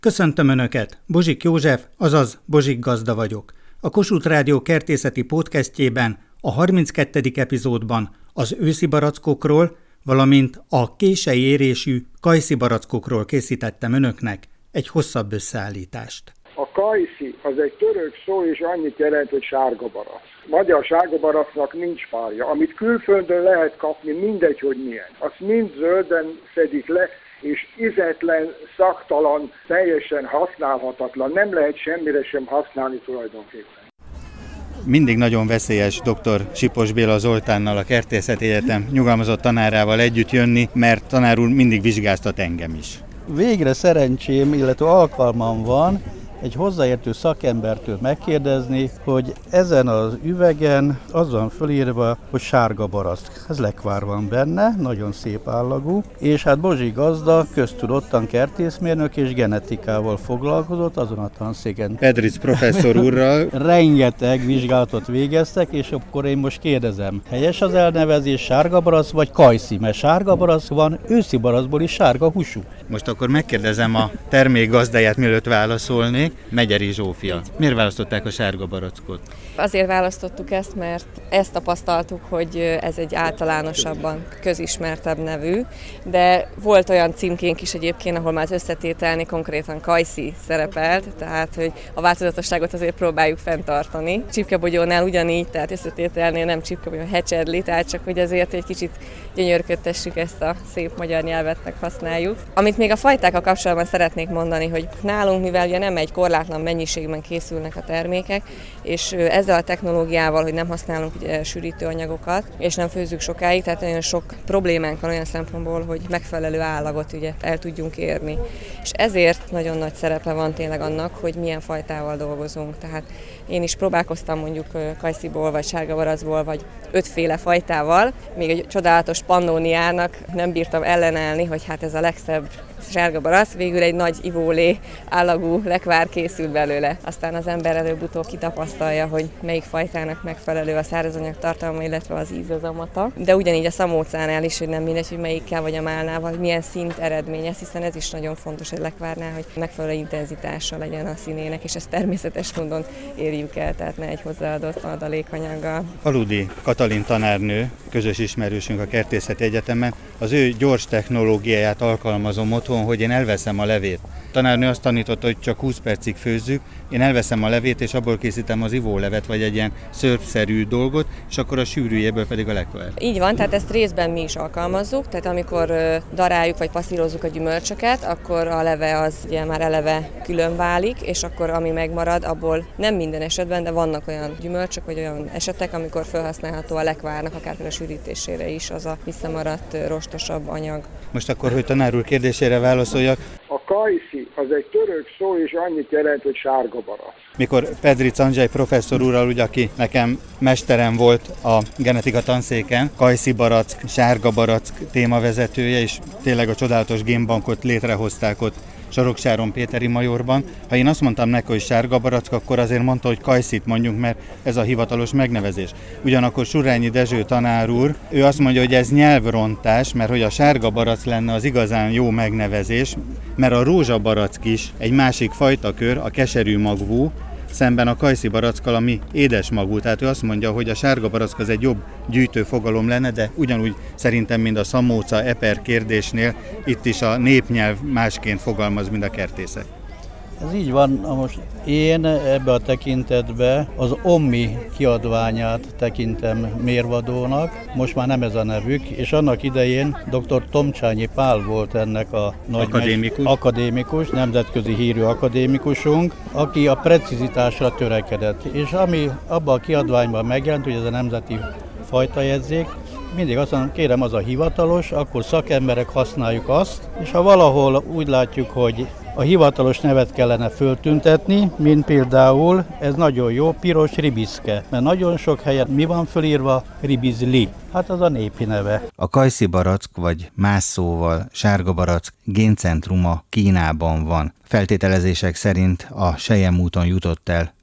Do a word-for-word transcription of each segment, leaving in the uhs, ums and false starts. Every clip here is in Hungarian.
Köszöntöm Önöket! Bozsik József, azaz Bozsik Gazda vagyok. A Kossuth Rádió kertészeti podcastjében, a harminckettedik epizódban az őszi barackokról, valamint a kései érésű kajszi barackokról készítettem Önöknek egy hosszabb összeállítást. A kajszi az egy török szó, és annyit jelent, hogy sárga barack. Magyar sárga baracknak nincs párja. Amit külföldön lehet kapni, mindegy, hogy milyen. Azt mind zölden szedik le, és ízetlen, szaktalan, teljesen használhatatlan. Nem lehet semmire sem használni tulajdonképpen. Mindig nagyon veszélyes dr. Sipos Béla Zoltánnal, a Kertészeti Egyetem nyugalmazott tanárával együtt jönni, mert tanár úr mindig vizsgáztat engem is. Végre szerencsém, illetve alkalmam van egy hozzáértő szakembertől megkérdezni, hogy ezen az üvegen az van fölírva, hogy sárga barack. Ez lekvár van benne, nagyon szép állagú, és hát Bozsik Gazda köztudottan kertészmérnök és genetikával foglalkozott azon a tanszéken. Pedric professzor úrral. Rengeteg vizsgálatot végeztek, és akkor én most kérdezem, helyes az elnevezés, sárga barack vagy kajszi? Mert sárga barack van, őszi barackból is sárga húsú. Most akkor megkérdezem a termék gazdáját, mielőtt válaszolnék. Megyeri Zsófia. Miért választották a sárga barackot? Azért választottuk ezt, mert ezt tapasztaltuk, hogy ez egy általánosabban közismertebb nevű, de volt olyan címkénk is egyébként, ahol már az összetételni konkrétan kajszi szerepelt, tehát hogy a változatosságot azért próbáljuk fenntartani. Csipkebogyónál ugyanígy, tehát összetételnél nem csipkebogyó, hecsedli, tehát csak hogy azért egy kicsit gyönyörködtessük, ezt a szép magyar nyelvet használjuk. Amit még a fajtákkal kapcsolatban szeretnék mondani, hogy nálunk, mivel ugye nem egy korlátlan mennyiségben készülnek a termékek, és ezzel a technológiával, hogy nem használunk ugye sűrítőanyagokat, és nem főzzük sokáig, tehát nagyon sok problémánk van olyan szempontból, hogy megfelelő állagot ugye el tudjunk érni. És ezért nagyon nagy szerepe van tényleg annak, hogy milyen fajtával dolgozunk. Tehát én is próbálkoztam mondjuk kajsziból, vagy sárga barackból, vagy ötféle fajtával, még egy csodálatos pannóniának nem bírtam ellenállni, hogy hát ez a legszebb sárga barack, végül egy nagy ivólé állagú lekvár készült belőle. Aztán az ember előbb-utóbb kitapasztalja, hogy melyik fajtának megfelelő a szárazanyag tartalma, illetve az ízazamata. De ugyanígy a szamócánál is, hogy nem mindegy, hogy melyikkel vagy a málnával, hogy milyen szint eredményez, hiszen ez is nagyon fontos egy lekvárnál, hogy megfelelő intenzitással legyen a színének, és ezt természetes módon érjük el, tehát ne egy hozzáadott adalékanyaggal. Faludi Katalin tanárnő, közös ismerősünk a Kertészeti Egyetemen, az ő gyors technológiáját alkalmazom otthon, hogy én elveszem a levét. A tanárnő azt tanította, hogy csak húsz percig főzzük, én elveszem a levét, és abból készítem az ivólevet, vagy egy ilyen szörpszerű dolgot, és akkor a sűrűjéből pedig a lekvár. Így van, tehát ezt részben mi is alkalmazzuk, tehát amikor daráljuk vagy passzírozzuk a gyümölcsöket, akkor a leve az ugye már eleve külön válik, és akkor ami megmarad, abból nem minden esetben, de vannak olyan gyümölcsök, vagy olyan esetek, amikor felhasználható a lekvárnak, akár a sűrítésére is az a visszamaradt rostosabb anyag. Most akkor, hogy tanár úr kérdésére válaszoljak. A kajszi az egy török szó, és annyit jelent, hogy sárga barack. Mikor Pedric Andrzej professzor úrral, ugye, aki nekem mesterem volt a genetika tanszéken, kajszi barack, sárga barack témavezetője, és tényleg a csodálatos génbankot létrehozták ott Soroksáron Péteri Majorban. Ha én azt mondtam neki, hogy sárga barack, akkor azért mondta, hogy kajszit mondjunk, mert ez a hivatalos megnevezés. Ugyanakkor Surrányi Dezső tanár úr, ő azt mondja, hogy ez nyelvrontás, mert hogy a sárga barack lenne az igazán jó megnevezés, mert a rózsabarack is egy másik fajtakör, a keserű magvú, szemben a kajszi barackkal, ami édes magú. Tehát ő azt mondja, hogy a sárga barack az egy jobb gyűjtő fogalom lenne, de ugyanúgy szerintem, mint a szamóca eper kérdésnél, itt is a népnyelv másként fogalmaz, mint a kertészek. Ez így van, na most én ebbe a tekintetbe az Ommi kiadványát tekintem mérvadónak, most már nem ez a nevük, és annak idején dr. Tomcsányi Pál volt ennek a nagy akadémikus. akadémikus, nemzetközi hírű akadémikusunk, aki a precizitásra törekedett. És ami abban a kiadványban megjelent, hogy ez a nemzeti fajtajegyzék, mindig azt mondom, kérem, az a hivatalos, akkor szakemberek használjuk azt, és ha valahol úgy látjuk, hogy a hivatalos nevet kellene föltüntetni, mint például, ez nagyon jó, piros ribiszke, mert nagyon sok helyen mi van fölírva? Ribizli. Hát az a népi neve. A kajszi barack, vagy más szóval sárga barack géncentruma Kínában van. Feltételezések szerint a Selyemúton jutott el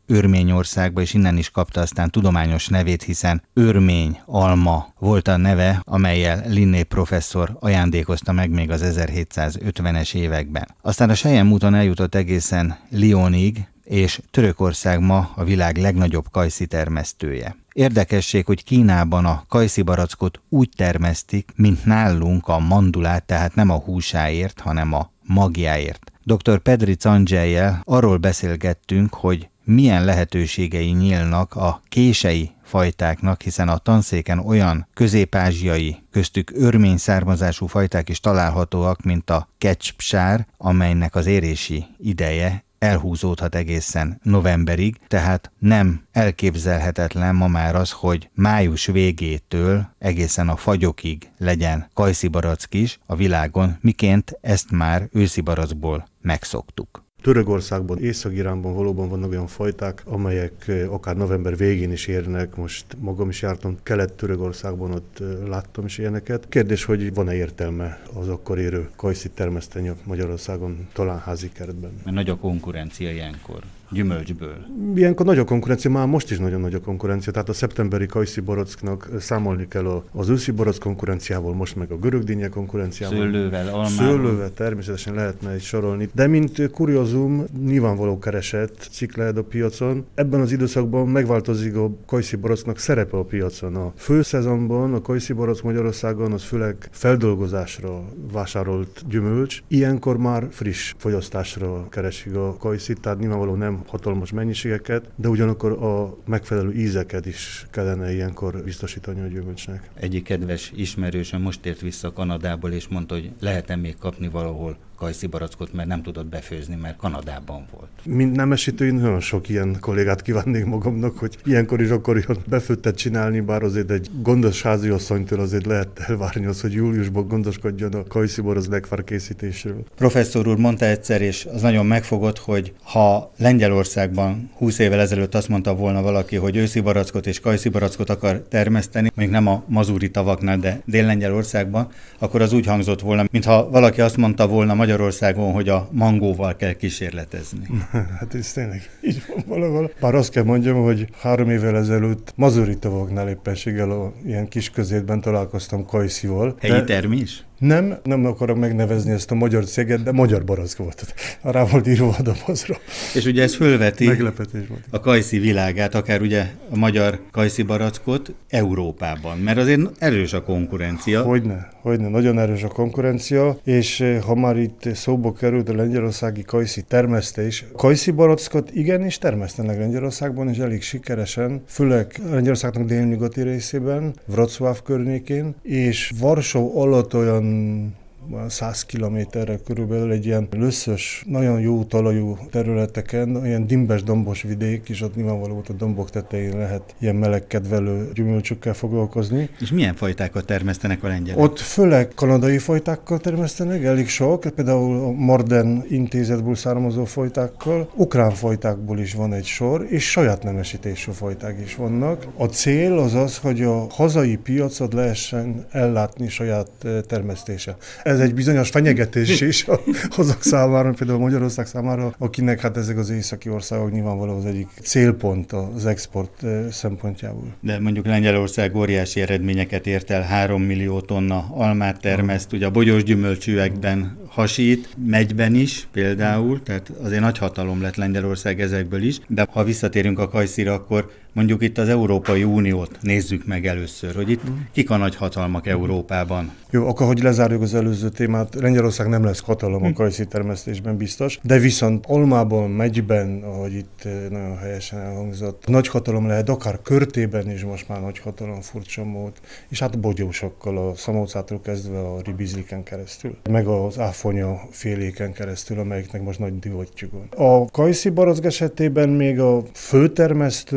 Örményországba, és innen is kapta aztán tudományos nevét, hiszen örmény alma volt a neve, amellyel Linné professzor ajándékozta meg még az ezerhétszázötvenes években. Aztán a Cheyenne úton eljutott egészen Lyonig, és Törökország ma a világ legnagyobb kajszi termesztője. Érdekesség, hogy Kínában a kajszi barackot úgy termesztik, mint nálunk a mandulát, tehát nem a húsáért, hanem a magjáért. doktor Pedri Candzsejjel arról beszélgettünk, hogy milyen lehetőségei nyílnak a kései fajtáknak, hiszen a tanszéken olyan közép-ázsiai, köztük örmény származású fajták is találhatóak, mint a kecspsár, amelynek az érési ideje elhúzódhat egészen novemberig, tehát nem elképzelhetetlen ma már az, hogy május végétől egészen a fagyokig legyen kajszi barack is a világon, miként ezt már őszi barackból megszoktuk. Törökországban, Észak-Iránban valóban vannak olyan fajták, amelyek akár november végén is érnek. Most magam is jártam Kelet-Törökországban, ott láttam is ilyeneket. Kérdés, hogy van-e értelme az akkor érő kajszit termeszteni Magyarországon, talán házi kertben. Mert nagy a konkurencia ilyenkor. Gyümölcsből. Ilyenkor nagy a konkurencia, már most is nagyon nagy a konkurencia, tehát a szeptemberi kajszi baracknak számolni kell az őszi barack konkurenciával, most meg a görögdinnye konkurenciával. Szőlővel, almával. Szőlővel természetesen lehetne egy sorolni, de mint kuriózum, nyilvánvaló keresett cikk lehet a piacon. Ebben az időszakban megváltozik a kajszi baracknak szerepe a piacon. A főszezonban a kajszi barack Magyarországon az főleg feldolgozásra vásárolt gyümölcs, ilyenkor már friss fogyasztásra keresik a kajszit, tehát nyilvánvaló nem hatalmas mennyiségeket, de ugyanakkor a megfelelő ízeket is kellene ilyenkor biztosítani a gyümölcsnek. Egyik kedves ismerősöm most ért vissza Kanadából, és mondta, hogy lehet-e még kapni valahol kajszi barackot, mert nem tudott befőzni, mert Kanadában volt. Mint nemesítő, én nagyon sok ilyen kollégát kívánnék magamnak, hogy ilyenkor is akarjon befőttet csinálni, bár azért egy gondos háziasszonytól azért lehet elvárni az, hogy júliusban gondoskodjon a kajszi barack lekvár készítésről. Professzor úr mondta egyszer, és az nagyon megfogott, hogy ha Lengyelországban húsz évvel ezelőtt azt mondta volna valaki, hogy őszi barackot és kajszi barackot akar termeszteni, mondjuk nem a mazúri tavaknál, de Dél-Lengyelországban, akkor az úgy hangzott volna, mintha valaki azt mondta volna Magyarországon, hogy a mangóval kell kísérletezni. Hát ez tényleg így van valahol. Bár azt kell mondjam, hogy három évvel ezelőtt mazúri tavaknál éppenséggel a ilyen kis közétben találkoztam kajszival. Helyi termés? Nem, nem akarom megnevezni ezt a magyar céget, de magyar barack volt. Rá volt írva a dobozra. És ugye ez fölveti meglepetés volt. A kajszi világát, akár ugye a magyar kajszi barackot Európában, mert azért erős a konkurencia. Hogyne, hogyne, nagyon erős a konkurencia, és ha már itt szóba került a lengyelországi kajszi termesztés, kajszi barackot igenis termesztenek Lengyelországban, és elég sikeresen, főleg Lengyelországnak délnyugati részében, Wrocław környékén, és Varsó alatt olyan száz kilométerre körülbelül egy ilyen löszös, nagyon jó talajú területeken, ilyen dimbes dombos vidék, és ott nyilvánvaló a dombok tetején lehet ilyen melegkedvelő gyümölcsökkel foglalkozni. És milyen fajtákat termesztenek a lengyelek? Ott főleg kanadai fajtákkal termesztenek, elég sok, például a Morden intézetből származó fajtákkal, ukrán fajtákból is van egy sor, és saját nemesítésű fajták is vannak. A cél az az, hogy a hazai piacot lehessen ellátni saját termesztése. Ez egy bizonyos fenyegetés is azok számára, például Magyarország számára, akinek hát ezek az északi országok nyilvánvaló az egyik célpont az export szempontjából. De mondjuk Lengyelország óriási eredményeket ért el, három millió tonna almát termeszt, ugye a bogyós gyümölcsűekben hasít, megyben is például, tehát azért nagy hatalom lett Lengyelország ezekből is, de ha visszatérünk a kajszira, akkor mondjuk itt az Európai Uniót nézzük meg először, hogy itt kik a nagy hatalmak Európában. Jó, akkor hogy lezárjuk az előző témát, Lengyelország nem lesz hatalom a kajszi termesztésben biztos, de viszont almában, megyben, ahogy itt nagyon helyesen elhangzott, nagy hatalom lehet, akár körtében is most már nagy hatalom furcsa mód, és hát bogyósokkal, a szamócától kezdve a ribizliken keresztül, meg az áfonya féléken keresztül, amelyiknek most nagy divatjuk van. A kajszi barack esetében még a főtermesztők nyilván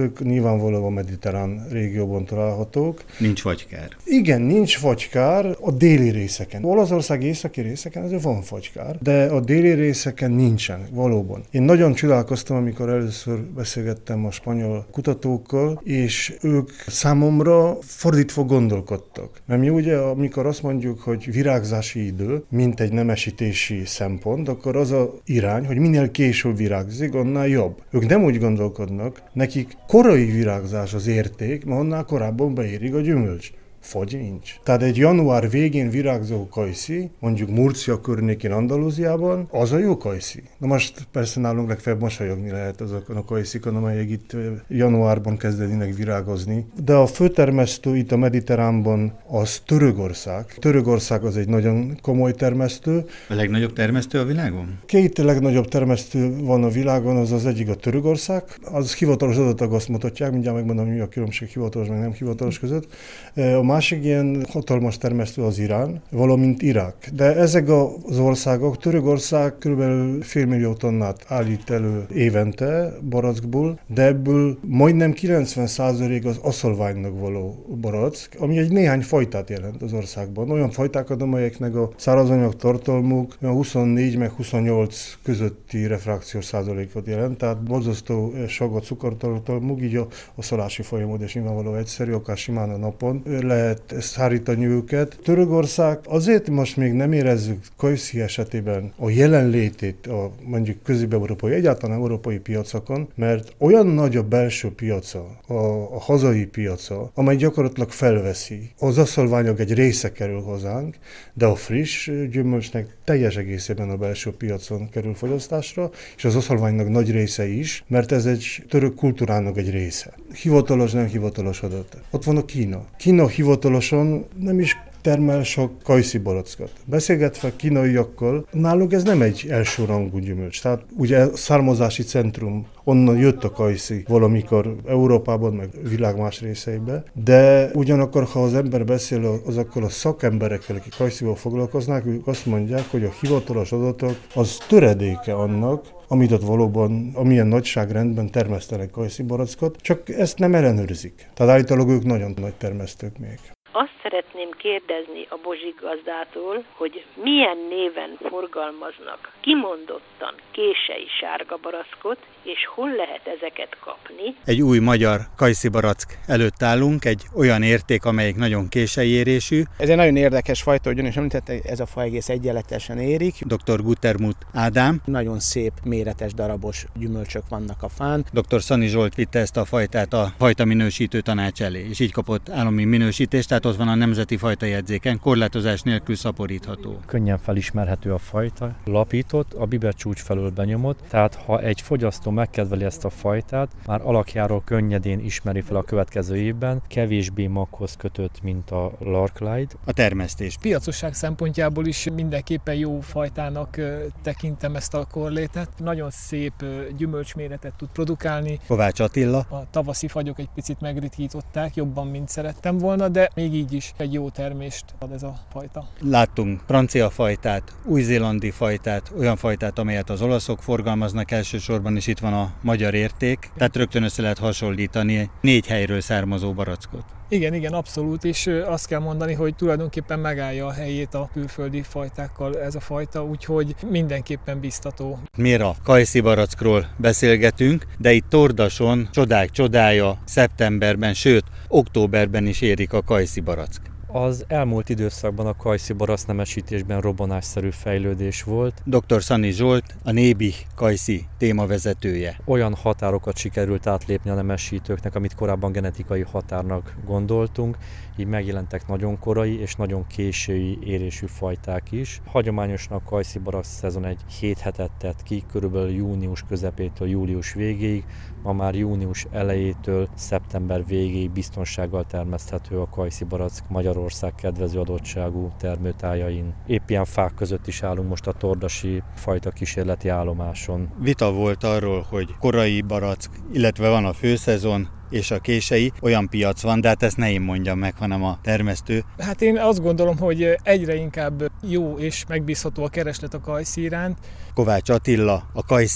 nyilvánvalóan a mediterrán régióban találhatók. Nincs fagykár. Igen, nincs fagykár a déli részeken. Olaszország északi részeken azért van fagykár, de a déli részeken nincsen, valóban. Én nagyon csodálkoztam, amikor először beszélgettem a spanyol kutatókkal, és ők számomra fordítva gondolkodtak. Mert mi ugye, amikor azt mondjuk, hogy virágzási idő, mint egy nemesítési szempont, akkor az a irány, hogy minél később virágzik, annál jobb. Ők nem úgy gondolkodnak, nekik korai virágzás az érték, mert annál korábban beérik a gyümölcs. Fagy nincs. Tehát egy január végén virágzó kajszi, mondjuk Murcia környékén Andalúziában, az a jó kajszi. Na most persze nálunk legfeljebb mosolyogni lehet azokon a kajszikon, amelyek itt januárban kezdenének virágozni. De a főtermesztő itt a Mediterránban az Törökország. Törökország az egy nagyon komoly termesztő. A legnagyobb termesztő a világon? Két legnagyobb termesztő van a világon, az az egyik a Törökország. Az hivatalos adatok azt mutatják, mindjárt megmondom, mi a különbség hivatalos, meg nem hivatalos között. A másik ilyen hatalmas termesztő az Irán, valamint Irak. De ezek az országok, Törökország kb. Fél millió tonnát állít elő évente barackból, de ebből majdnem kilencven százalék az aszolványnak való barack, ami egy néhány fajtát jelent az országban. Olyan fajtákat, amelyeknek a szárazanyag tartalmuk huszonnégy meg huszonnyolc közötti refrakciós százalékot jelent, tehát borzasztó sok a cukortartalmuk, így a, a szalási folyamat és nyilvánvaló egyszerű, akár simán a napon lehet szárítani őket. Törökország azért most még nem érezzük kajszi esetében a jelenlétét a mondjuk közép-európai, egyáltalán európai piacokon, mert olyan nagy a belső piaca, a, a hazai piaca, amely gyakorlatilag felveszi. Az aszolványok egy része kerül hozzánk, de a friss gyümölcsnek teljes egészében a belső piacon kerül fogyasztásra, és az aszolványnak nagy része is, mert ez egy török kultúrának egy része. Hivatalos, nem hivatalos adat. Ott van a Kína. Kína hivatalosan nem is termel sok kajszi barackot. Beszélgetve kínaiakkal, nálunk ez nem egy elsőrangú gyümölcs. Tehát ugye származási centrum, onnan jött a kajszi valamikor Európában, meg világ más részeibe, de ugyanakkor, ha az ember beszél azokkal a szakemberekkel, akik kajszival foglalkoznak, ők azt mondják, hogy a hivatalos adatok az töredéke annak, amit ott valóban, amilyen nagyságrendben termesztenek kajszi barackot, csak ezt nem ellenőrzik. Tehát állítólag ők nagyon nagy termesztők még. Azt szeretném kérdezni a Bozsik gazdától, hogy milyen néven forgalmaznak kimondottan kései sárga barackot, és hol lehet ezeket kapni. Egy új magyar kajszi barack előtt állunk, egy olyan érték, amelyik nagyon kései érésű. Ez egy nagyon érdekes fajta, ugyanis említette, ez a fa egész egyenletesen érik. doktor Gutermuth Ádám. Nagyon szép, méretes, darabos gyümölcsök vannak a fán. doktor Szani Zsolt vitte ezt a fajtát a fajta minősítő tanács elé, és így kapott állami minősítést, tehát ott van a nemzeti fajtajegyzéken, korlátozás nélkül szaporítható. Könnyen felismerhető a fajta, lapított, a bibercsúcs felől benyomott, tehát ha egy fogyasztó megkedveli ezt a fajtát, már alakjáról könnyedén ismeri fel a következő évben, kevésbé maghoz kötött, mint a Lark Light. A termesztés. Piacosság szempontjából is mindenképpen jó fajtának tekintem ezt a korlétet. Nagyon szép gyümölcsméretet tud produkálni. Kovács Attila. A tavaszi fagyok egy picit megritkították, jobban, mint szerettem volna, de még így is egy jó termést ad ez a fajta. Láttunk francia fajtát, új-zélandi fajtát, olyan fajtát, amelyet az olaszok forgalmaznak elsősorban, és itt van a magyar érték, tehát rögtön össze lehet hasonlítani négy helyről származó barackot. Igen, igen, abszolút, és azt kell mondani, hogy tulajdonképpen megállja a helyét a külföldi fajtákkal ez a fajta, úgyhogy mindenképpen biztató. Miért a kajszi barackról beszélgetünk, de itt Tordason csodák csodája szeptemberben, sőt októberben is érik a kajszi barack. Az elmúlt időszakban a kajszi barack nemesítésben robbanásszerű fejlődés volt. doktor Szani Zsolt, a Nébih kajszi témavezetője. Olyan határokat sikerült átlépni a nemesítőknek, amit korábban genetikai határnak gondoltunk, így megjelentek nagyon korai és nagyon késői érésű fajták is. Hagyományosan a kajszi barack szezon egy hét hetet tett ki, körülbelül június közepétől július végéig, ma már június elejétől szeptember végéig biztonsággal termeszthető a kajszi barack Magyarország kedvező adottságú termőtájain. Épp ilyen fák között is állunk most a tordasi fajta kísérleti állomáson. Vita volt arról, hogy korai barack, illetve van a főszezon, és a kései, olyan piac van, de hát ezt ne én mondjam meg, hanem a termesztő. Hát én azt gondolom, hogy egyre inkább jó és megbízható a kereslet a kajszi iránt. Kovács Attila, a kajszi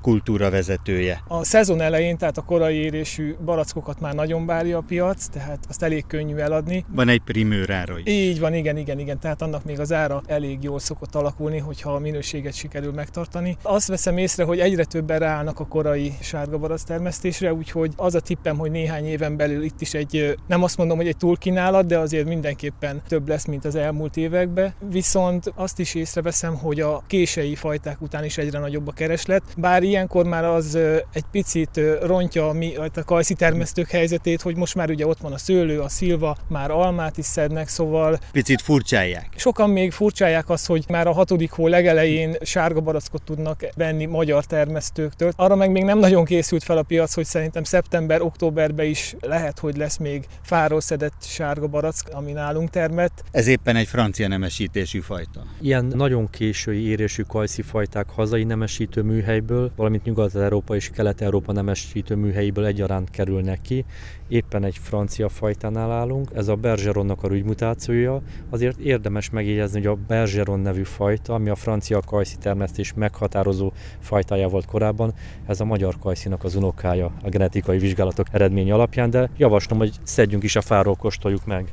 kultúra vezetője. A szezon elején, tehát a korai érésű barackokat már nagyon várja a piac, tehát azt elég könnyű eladni. Van egy primőr ára is. Így van, igen, igen, igen. Tehát annak még az ára elég jól szokott alakulni, hogyha a minőséget sikerül megtartani. Azt veszem észre, hogy egyre többen ráállnak a korai sárga barack termesztésre, úgyhogy az a tippem, hogy néhány éven belül itt is egy, nem azt mondom, hogy egy túlkínálat, de azért mindenképpen több lesz, mint az elmúlt években. Viszont azt is észreveszem, hogy a kései fajták után is egyre nagyobb a kereslet, bár ilyenkor már az egy picit rontja a kajszi termesztők helyzetét, hogy most már ugye ott van a szőlő, a szilva, már almát is szednek, szóval... Picit furcsálják. Sokan még furcsálják azt, hogy már a hatodik hó legelején sárga barackot tudnak venni magyar termesztőktől. Arra meg még nem nagyon készült fel a piac, hogy szerintem szeptember-októberben is lehet, hogy lesz még fáról szedett sárga barack, ami nálunk termett. Ez éppen egy francia nemesítésű fajta. Ilyen nagyon késői érésű kajszi fajták hazai nemesítő műhelyből, valamint Nyugat-Európa és Kelet-Európa nemesítő műhelyből egyaránt kerülnek ki. Éppen egy francia fajtánál állunk, ez a Bergeronnak a rügymutációja. Azért érdemes megjegyezni, hogy a Bergeron nevű fajta, ami a francia kajszi termesztés meghatározó fajtája volt korábban, ez a magyar kajszinak az unokája a genetikai vizsgálatok eredménye alapján, de javaslom, hogy szedjünk is a fáról, kóstoljuk meg.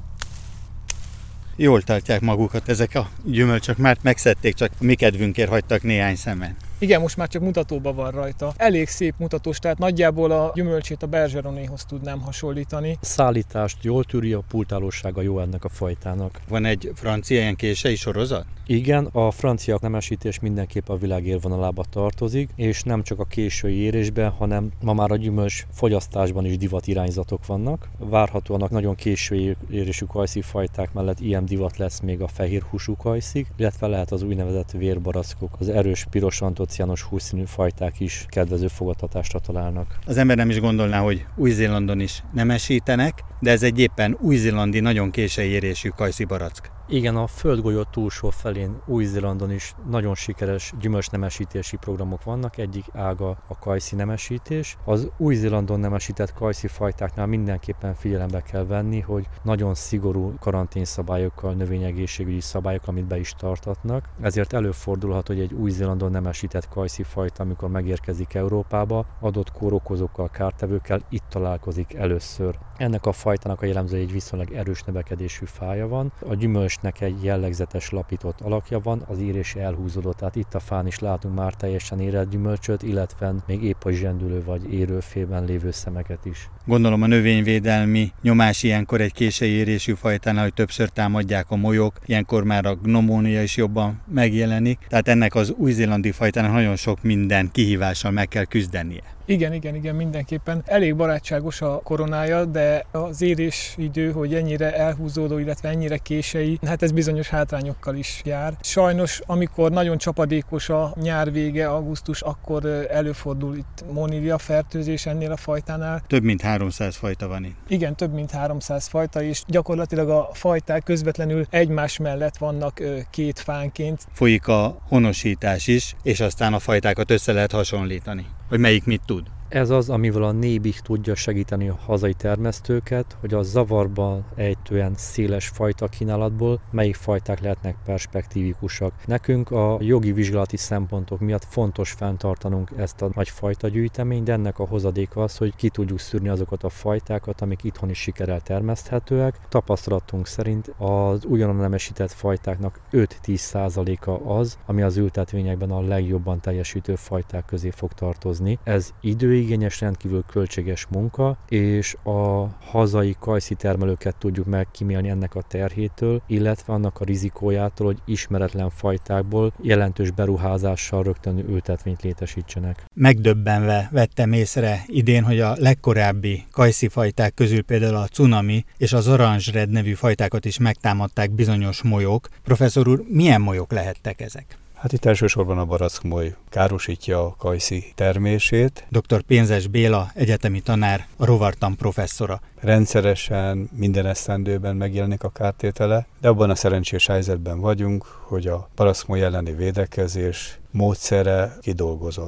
Jól tartják magukat ezek a gyümölcsök, már megszedték, csak mi kedvünkért hagytak néhány szemen. Igen, most már csak mutatóban van rajta. Elég szép mutatós, tehát nagyjából a gyümölcsét a Bergeronéhoz tudnám hasonlítani. A szállítást jól tűri, a pultálósága jó ennek a fajtának. Van egy francia ilyen kései sorozat? Igen, a francia nemesítés mindenképp a világ élvonalába tartozik, és nem csak a késői érésben, hanem ma már a gyümölcs fogyasztásban is divat irányzatok vannak. Várhatóan a nagyon késői érésű kajszi fajták mellett ilyen divat lesz még a fehér húsú kajszik, illetve lehet az úgynevezett vérbarackok, az erős piros antociános hússzínű fajták is kedvező fogadtatásra találnak. Az ember nem is gondolná, hogy Új-Zélandon is nemesítenek, de ez egy éppen új-zélandi nagyon késői érésű kajszi barack. Igen, a földgolyó túlsó felén Új-Zélandon is nagyon sikeres gyümölcsnemesítési programok vannak, egyik ága a kajszi nemesítés. Az Új-Zélandon nemesített kajszi fajtáknál mindenképpen figyelembe kell venni, hogy nagyon szigorú karanténszabályokkal, növényegészségügyi szabályok, amit be is tartatnak. Ezért előfordulhat, hogy egy Új-Zélandon nemesített kajszi fajta, amikor megérkezik Európába, adott kórokozókkal, kártevőkkel itt találkozik először. Ennek a fajtának a jellemzője egy viszonylag erős növekedésű fája van. A gyümölcsnek egy jellegzetes lapított alakja van, az érése elhúzódott, tehát itt a fán is látunk már teljesen érett gyümölcsöt, illetve még épp a zsendülő vagy érőfélben lévő szemeket is. Gondolom a növényvédelmi nyomás ilyenkor egy késői érésű fajtánál, hogy többször támadják a molyok, ilyenkor már a gnomónia is jobban megjelenik, tehát ennek az új-zélandi fajtának nagyon sok minden kihívással meg kell küzdenie. Igen, igen, igen, mindenképpen. Elég barátságos a koronája, de az érésidő, hogy ennyire elhúzódó, illetve ennyire kései, hát ez bizonyos hátrányokkal is jár. Sajnos, amikor nagyon csapadékos a nyár vége, augusztus, akkor előfordul itt monília fertőzés ennél a fajtánál. Több mint háromszáz fajta van itt. Igen, több mint háromszáz fajta, és gyakorlatilag a fajták közvetlenül egymás mellett vannak két fánként. Folyik a honosítás is, és aztán a fajtákat össze lehet hasonlítani, hogy melyik mit tud. Ez az, amivel a Nébih tudja segíteni a hazai termesztőket, hogy a zavarba ejtően széles fajta kínálatból melyik fajták lehetnek perspektívikusak. Nekünk a jogi vizsgálati szempontok miatt fontos fenntartanunk ezt a nagy fajtagyűjteményt, de ennek a hozadéka az, hogy ki tudjuk szűrni azokat a fajtákat, amik itthon is sikerrel termeszthetőek. Tapasztalatunk szerint az újonnan nemesített fajtáknak öt-tíz százaléka az, ami az ültetvényekben a legjobban teljesítő fajták közé fog tartozni. Ez idő igényes, rendkívül költséges munka, és a hazai kajszi termelőket tudjuk megkímélni ennek a terhétől, illetve annak a rizikójától, hogy ismeretlen fajtákból jelentős beruházással rögtön ültetvényt létesítsenek. Megdöbbenve vettem észre idén, hogy a legkorábbi kajszi fajták közül például a cunami és az Orange Red nevű fajtákat is megtámadták bizonyos molyok. Professzor úr, milyen molyok lehettek ezek? Hát itt elsősorban a barackmoly károsítja a kajszi termését. doktor Pénzes Béla, egyetemi tanár, a rovartan professzora. Rendszeresen minden esztendőben megjelenik a kártétele, de abban a szerencsés helyzetben vagyunk, hogy a barackmoly elleni védekezés módszere kidolgozott.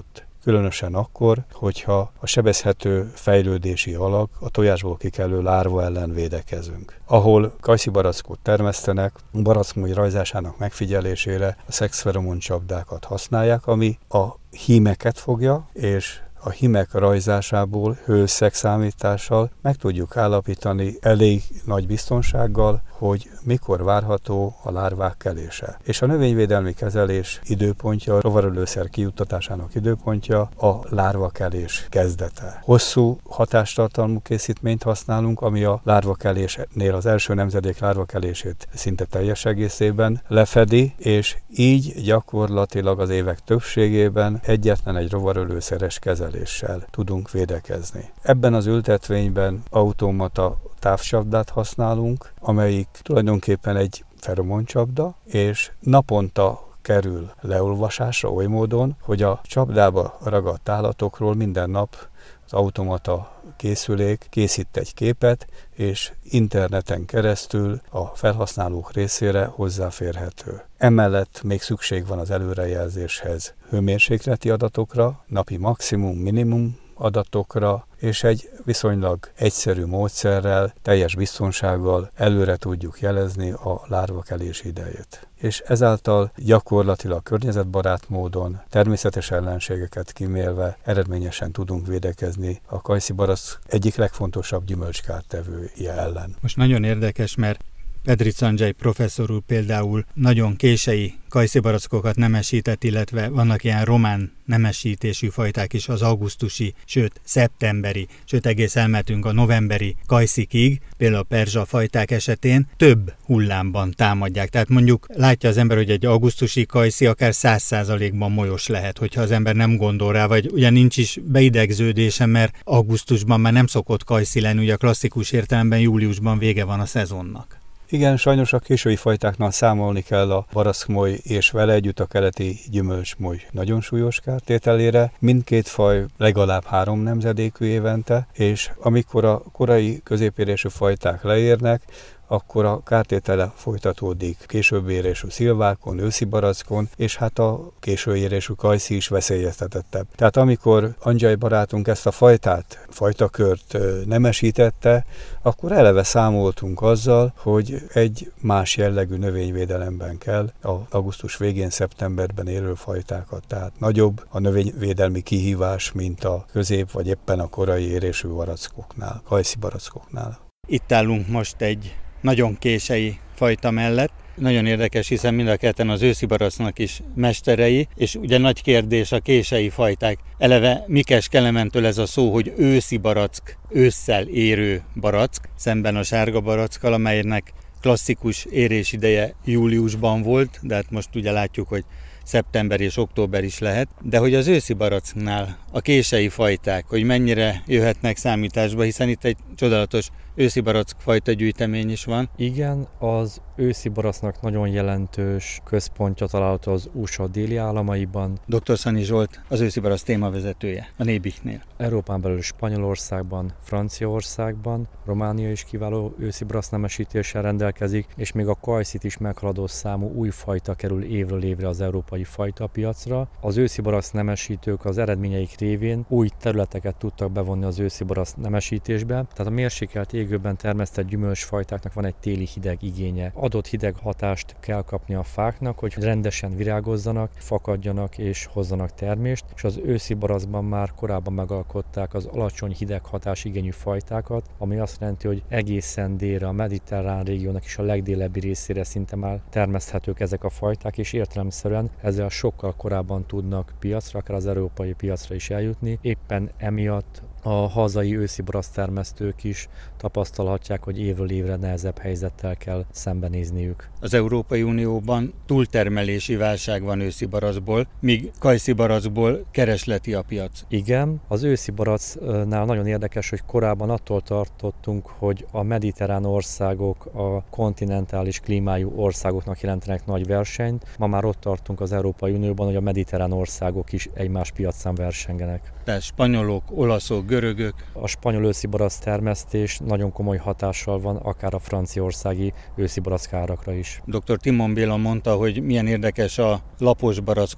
különösen akkor, hogyha a sebezhető fejlődési alak, a tojásból kikelő lárva ellen védekezünk. Ahol kajszibarackot termesztenek, barackmój rajzásának megfigyelésére a szexferomon csapdákat használják, ami a hímeket fogja, és a hímek rajzásából hőszeg számítással meg tudjuk állapítani elég nagy biztonsággal, hogy mikor várható a lárvák kelése. És a növényvédelmi kezelés időpontja, a rovarölőszer kijuttatásának időpontja a lárvakelés kezdete. Hosszú hatástartalmú készítményt használunk, ami a lárvakelésnél az első nemzedék lárvakelését szinte teljes egészében lefedi, és így gyakorlatilag az évek többségében egyetlen egy rovarölőszeres kezeléssel tudunk védekezni. Ebben az ültetvényben automata távcsapdát használunk, amelyik tulajdonképpen egy feromoncsapda, és naponta kerül leolvasásra oly módon, hogy a csapdába ragadt állatokról minden nap az automata készülék készít egy képet, és interneten keresztül a felhasználók részére hozzáférhető. Emellett még szükség van az előrejelzéshez hőmérsékleti adatokra, napi maximum, minimum adatokra, és egy viszonylag egyszerű módszerrel, teljes biztonsággal előre tudjuk jelezni a lárvakelés idejét. És ezáltal gyakorlatilag környezetbarát módon, természetes ellenségeket kimélve eredményesen tudunk védekezni a kajszibarack egyik legfontosabb gyümölcskártevője ellen. Most nagyon érdekes, mert Pedric Andrzej professzor úr például nagyon kései kajszibarackokat nemesített, illetve vannak ilyen román nemesítésű fajták is, az augusztusi, sőt szeptemberi, sőt egész elmentünk a novemberi kajszikig, például a perzsa fajták esetén több hullámban támadják. Tehát mondjuk látja az ember, hogy egy augusztusi kajszi akár száz százalékban molyos lehet, hogyha az ember nem gondol rá, vagy ugye nincs is beidegződése, mert augusztusban már nem szokott kajszi lenni, ugye a klasszikus értelemben júliusban vége van a szezonnak. Igen, sajnos a késői fajtáknál számolni kell a barackmoly és vele együtt a keleti gyümölcsmoly nagyon súlyos kártételére. Mindkét faj legalább három nemzedékű évente, és amikor a korai középérésű fajták leérnek, akkor a kártétele folytatódik később érésű szilvákon, őszi barackon, és hát a késő érésű kajszi is veszélyeztetettebb. Tehát amikor Andrzej barátunk ezt a fajtát, fajtakört nemesítette, akkor eleve számoltunk azzal, hogy egy más jellegű növényvédelemben kell az augusztus végén, szeptemberben érő fajtákat. Tehát nagyobb a növényvédelmi kihívás, mint a közép vagy éppen a korai érésű barackoknál, kajszi barackoknál. Itt állunk most egy nagyon kései fajta mellett. Nagyon érdekes, hiszen mind a ketten az őszi baracknak is mesterei, és ugye nagy kérdés a kései fajták. Eleve Mikes Kelementől ez a szó, hogy őszi barack, ősszel érő barack, szemben a sárga barackkal, amelynek klasszikus érésideje júliusban volt, de hát most ugye látjuk, hogy szeptember és október is lehet, de hogy az őszi baracknál a kései fajták, hogy mennyire jöhetnek számításba, hiszen itt egy csodálatos őszi barack fajta gyűjtemény is van. Igen, az őszi baracknak nagyon jelentős központja található az u es á déli államaiban. doktor Szanyi Zsolt az őszi barack témavezetője a Nébiknél. Európán belül Spanyolországban, Franciaországban, Románia is kiváló őszi barack nemesítéssel rendelkezik, és még a kajszit is meghaladó számú új fajta kerül évről évre az európai fajtapiacra. Az őszi barack nemesítők az eredményeik révén új területeket tudtak bevonni az őszi barack nemesítésbe, tehát a mérsékelt égőben termesztett gyümölcsfajtáknak van egy téli hideg igénye. Adott hideg hatást kell kapni a fáknak, hogy rendesen virágozzanak, fakadjanak és hozzanak termést, és az őszi barackban már korábban megalkották az alacsony hideg hatás igényű fajtákat, ami azt jelenti, hogy egészen délre, a mediterrán régiónak is a legdélebbi részére szinte már termeszthetők ezek a fajták, és értelemszerűen ezzel sokkal korábban tudnak piacra, akár az európai piacra is eljutni. Éppen emiatt a hazai őszi barack termesztők is tapasztalhatják, hogy évről évre nehezebb helyzettel kell szembenézniük. Az Európai Unióban túltermelési válság van őszi barackból, míg kajszi barackból keresleti a piac. Igen, az őszi baracknál nagyon érdekes, hogy korábban attól tartottunk, hogy a mediterrán országok a kontinentális klímájú országoknak jelentenek nagy versenyt. Ma már ott tartunk az Európai Unióban, hogy a mediterrán országok is egymás piacán versengenek. Tehát spanyolok, olaszok, görögök. A spanyol őszi barack termesztés nagyon komoly hatással van akár a franciaországi őszi barack árakra is. doktor Timon Béla mondta, hogy milyen érdekes a lapos barackok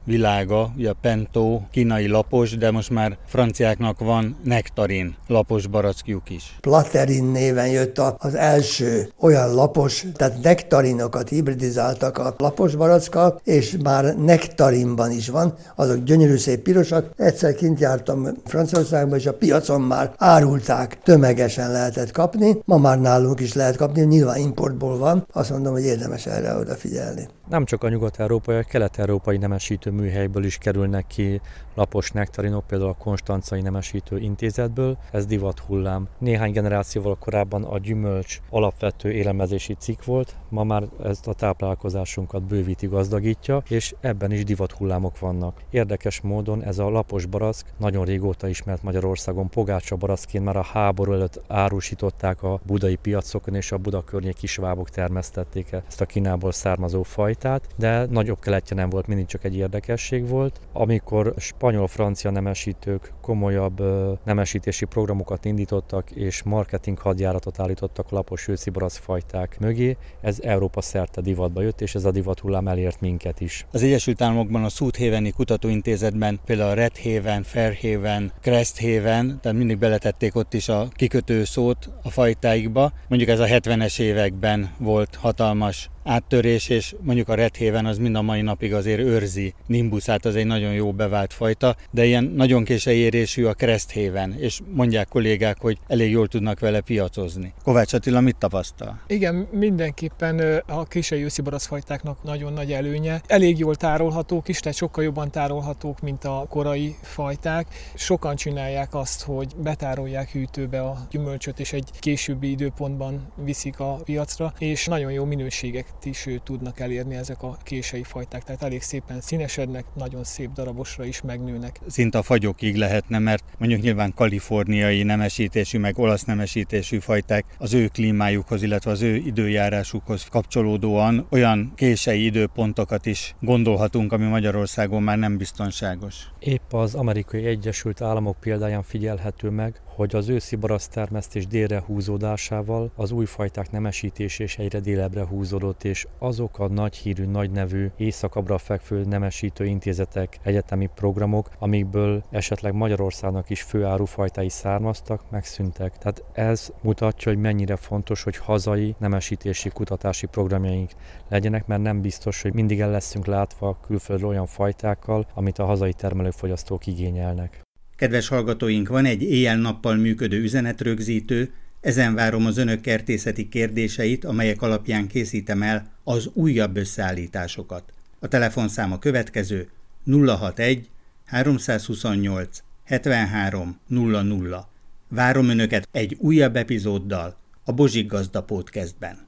világa, ugye a pentó, kínai lapos, de most már franciáknak van nektarin lapos barackjuk is. Platerin néven jött az első olyan lapos, tehát nektarinokat hibridizáltak a lapos barackkal, és már nektarinban is van, azok gyönyörű szép pirosak. Egyszer kint jártam Franciaországban, és a piacon már árulták, tömegesen lehetett kapni, ma már nálunk is lehet kapni, nyilván importból van, azt mondom, hogy érdemes erre odafigyelni. Nem csak a nyugat-európai, a kelet-európai nemesítő műhelyből is kerülnek ki lapos nektarinok, például a Konstancai Nemesítő Intézetből, ez divat hullám. Néhány generációval korábban a gyümölcs alapvető élelmezési cikk volt, ma már ezt a táplálkozásunkat bővíti, gazdagítja, és ebben is divat hullámok vannak. Érdekes módon ez a lapos barack nagyon régóta ismert Magyarországon, pogácsa barackként már a háború előtt árusították a budai piacokon, és a Buda környéki svábok termesztették ezt a Kínából származó fajtát, de nagyobb keletje nem volt, mindig csak egy érdekesség volt. Amikor spanyol-francia nemesítők komolyabb nemesítési programokat indítottak, és marketing hadjáratot állítottak a lapos őszi barack fajták mögé, ez Európa szerte divatba jött, és ez a divat hullám elért minket is. Az Egyesült Államokban a South-Haveni Kutatóintézetben például a Red Haven, Fairhaven, Crest Haven, tehát mindig beletették ott is a kikötő szót a fajtáikba. Mondjuk ez a hetvenes években volt hatalmas áttörés, és mondjuk a Red Haven az mind a mai napig azért őrzi Nimbusát, az egy nagyon jó bevált fajta, de ilyen nagyon késői érésű a Crest Haven, és mondják kollégák, hogy elég jól tudnak vele piacozni. Kovács Attila mit tapasztal? Igen, mindenképpen a késői őszi barackfajtáknak nagyon nagy előnye. Elég jól tárolhatók is, tehát sokkal jobban tárolhatók, mint a korai fajták. Sokan csinálják azt, hogy betárolják hűtőbe a gyümölcsöt, és egy későbbi időpontban viszik a piacra, és nagyon jó minőségek is tudnak elérni ezek a késői fajták, tehát elég szépen színesednek, nagyon szép darabosra is megnőnek. Szinte a fagyokig lehetne, mert mondjuk nyilván kaliforniai nemesítésű, meg olasz nemesítésű fajták az ő klímájukhoz, illetve az ő időjárásukhoz kapcsolódóan olyan késői időpontokat is gondolhatunk, ami Magyarországon már nem biztonságos. Épp az Amerikai Egyesült Államok példáján figyelhető meg, hogy az őszi baracktermesztés délre húzódásával az új fajták nemesítés és egyre délebbre húzódott, és azok a nagy hírű, nagy nevű, északabbra fekvő nemesítő intézetek, egyetemi programok, amikből esetleg Magyarországnak is főárufajtái származtak, megszűntek. Tehát ez mutatja, hogy mennyire fontos, hogy hazai nemesítési kutatási programjaink legyenek, mert nem biztos, hogy mindig el leszünk látva külföldről olyan fajtákkal, amit a hazai termelőfogyasztók igényelnek. Kedves hallgatóink, van egy éjjel-nappal működő üzenetrögzítő, ezen várom az önök kertészeti kérdéseit, amelyek alapján készítem el az újabb összeállításokat. A telefonszám a következő: nulla hatvanegy háromszázhuszonnyolc hetvenhárom nulla nulla. Várom önöket egy újabb epizóddal a Bozsik Gazda Podcastben.